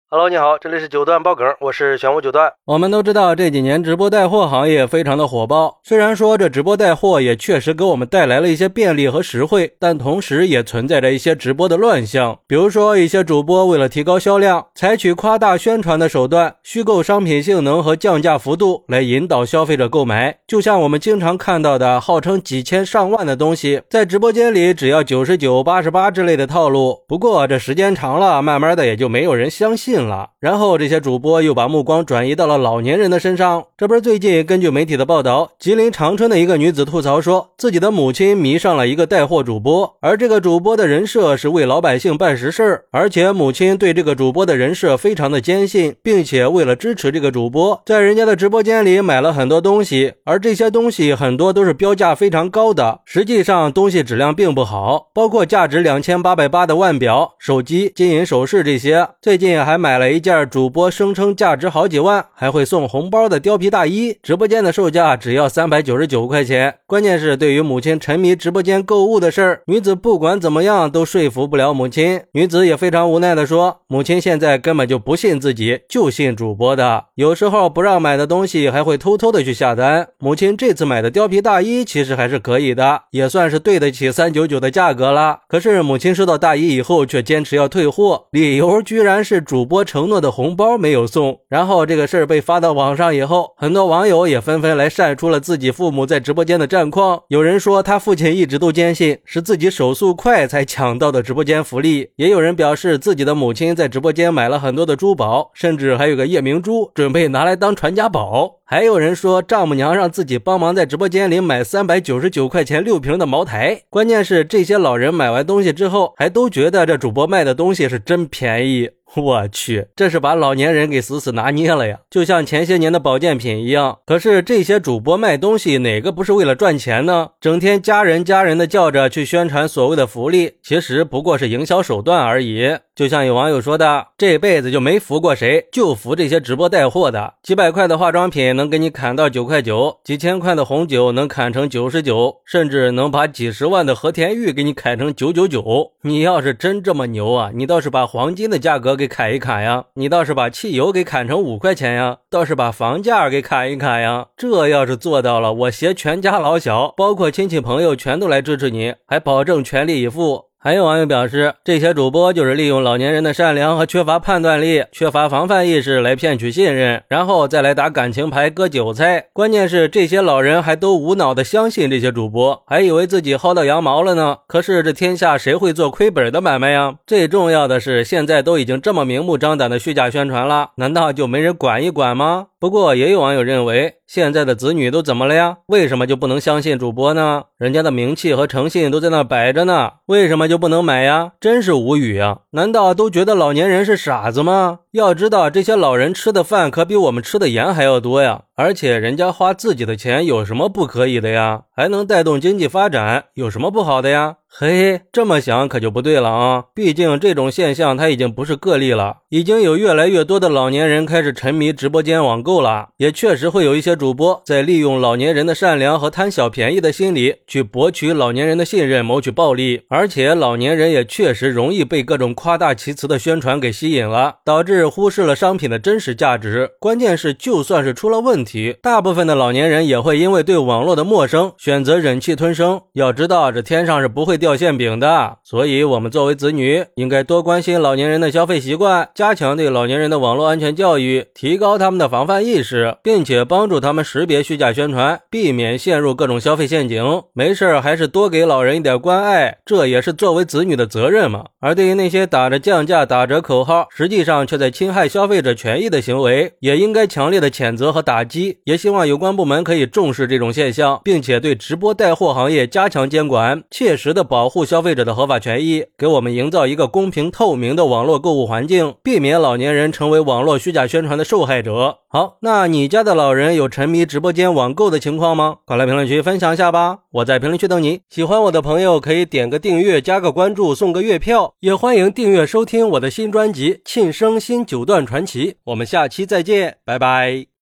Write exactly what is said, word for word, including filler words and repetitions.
Hello， 你好，这里是九段爆梗，我是玄武九段。 我们都知道这几年直播带货行业非常的火爆，虽然说这直播带货也确实给我们带来了一些便利和实惠，但同时也存在着一些直播的乱象。比如说一些主播为了提高销量，采取夸大宣传的手段，虚构商品性能和降价幅度来引导消费者购买。就像我们经常看到的号称几千上万的东西，在直播间里只要九十九、八十八之类的套路。不过这时间长了，慢慢的也就没有人相信了。然后这些主播又把目光转移到了老年人的身上。这不是最近根据媒体的报道，吉林长春的一个女子吐槽说，自己的母亲迷上了一个带货主播，而这个主播的人设是为老百姓办实事，而且母亲对这个主播的人设非常的坚信，并且为了支持这个主播，在人家的直播间里买了很多东西，而这些东西很多都是标价非常高的，实际上东西质量并不好，包括价值两千八百八的腕表、手机、金银首饰这些。最近还买了一件主播声称价值好几万，还会送红包的貂皮大衣，直播间的售价只要三百九十九块钱。关键是对于母亲沉迷直播间购物的事儿，女子不管怎么样都说服不了母亲。女子也非常无奈的说，母亲现在根本就不信自己，就信主播的，有时候不让买的东西还会偷偷的去下单。母亲这次买的貂皮大衣其实还是可以的，也算是对得起三百九十九的价格了。可是母亲收到大衣以后却坚持要退货，理由居然是主播承诺的红包没有送。然后这个事儿被发到网上以后，很多网友也纷纷来晒出了自己父母在直播间的战况。有人说他父亲一直都坚信是自己手速快才抢到的直播间福利，也有人表示自己的母亲在直播间买了很多的珠宝，甚至还有个夜明珠准备拿来当传家宝。还有人说丈母娘让自己帮忙在直播间里买三百九十九块钱六瓶的茅台。关键是这些老人买完东西之后还都觉得这主播卖的东西是真便宜。我去，这是把老年人给死死拿捏了呀，就像前些年的保健品一样。可是这些主播卖东西哪个不是为了赚钱呢？整天家人家人的叫着去宣传所谓的福利，其实不过是营销手段而已。就像有网友说的，这辈子就没服过谁，就服这些直播带货的。几百块的化妆品能给你砍到九块九，几千块的红酒能砍成九十九，甚至能把几十万的和田玉给你砍成九九九。你要是真这么牛啊，你倒是把黄金的价格给砍一砍呀，你倒是把汽油给砍成五块钱呀，倒是把房价给砍一砍呀。这要是做到了，我携全家老小，包括亲戚朋友全都来支持你，还保证全力以赴。还有网友表示，这些主播就是利用老年人的善良和缺乏判断力、缺乏防范意识来骗取信任，然后再来打感情牌割韭菜。关键是这些老人还都无脑的相信这些主播，还以为自己薅到羊毛了呢。可是这天下谁会做亏本的买卖呀？最重要的是现在都已经这么明目张胆的虚假宣传了，难道就没人管一管吗？不过也有网友认为，现在的子女都怎么了呀？为什么就不能相信主播呢？人家的名气和诚信都在那摆着呢，为什么就不能买呀？真是无语啊！难道都觉得老年人是傻子吗？要知道这些老人吃的饭可比我们吃的盐还要多呀，而且人家花自己的钱有什么不可以的呀？还能带动经济发展，有什么不好的呀？嘿，这么想可就不对了啊！毕竟这种现象它已经不是个例了，已经有越来越多的老年人开始沉迷直播间网购了，也确实会有一些主播在利用老年人的善良和贪小便宜的心理去博取老年人的信任，谋取暴利。而且老年人也确实容易被各种夸大其词的宣传给吸引了，导致忽视了商品的真实价值。关键是就算是出了问题，大部分的老年人也会因为对网络的陌生选择忍气吞声。要知道这天上是不会掉馅饼的，所以我们作为子女应该多关心老年人的消费习惯，加强对老年人的网络安全教育，提高他们的防范意识，并且帮助他们识别虚假宣传，避免陷入各种消费陷阱。没事还是多给老人一点关爱，这也是作为子女的责任嘛。而对于那些打着降价打折口号，实际上却在侵害消费者权益的行为，也应该强烈的谴责和打击。也希望有关部门可以重视这种现象，并且对直播带货行业加强监管，切实的保护消费者的合法权益，给我们营造一个公平透明的网络购物环境，避免老年人成为网络虚假宣传的受害者。好，那你家的老人有沉迷直播间网购的情况吗？快来评论区分享一下吧，我在评论区等你。喜欢我的朋友可以点个订阅，加个关注，送个月票，也欢迎订阅收听我的新专辑《庆生新九段传奇》。我们下期再见，拜拜。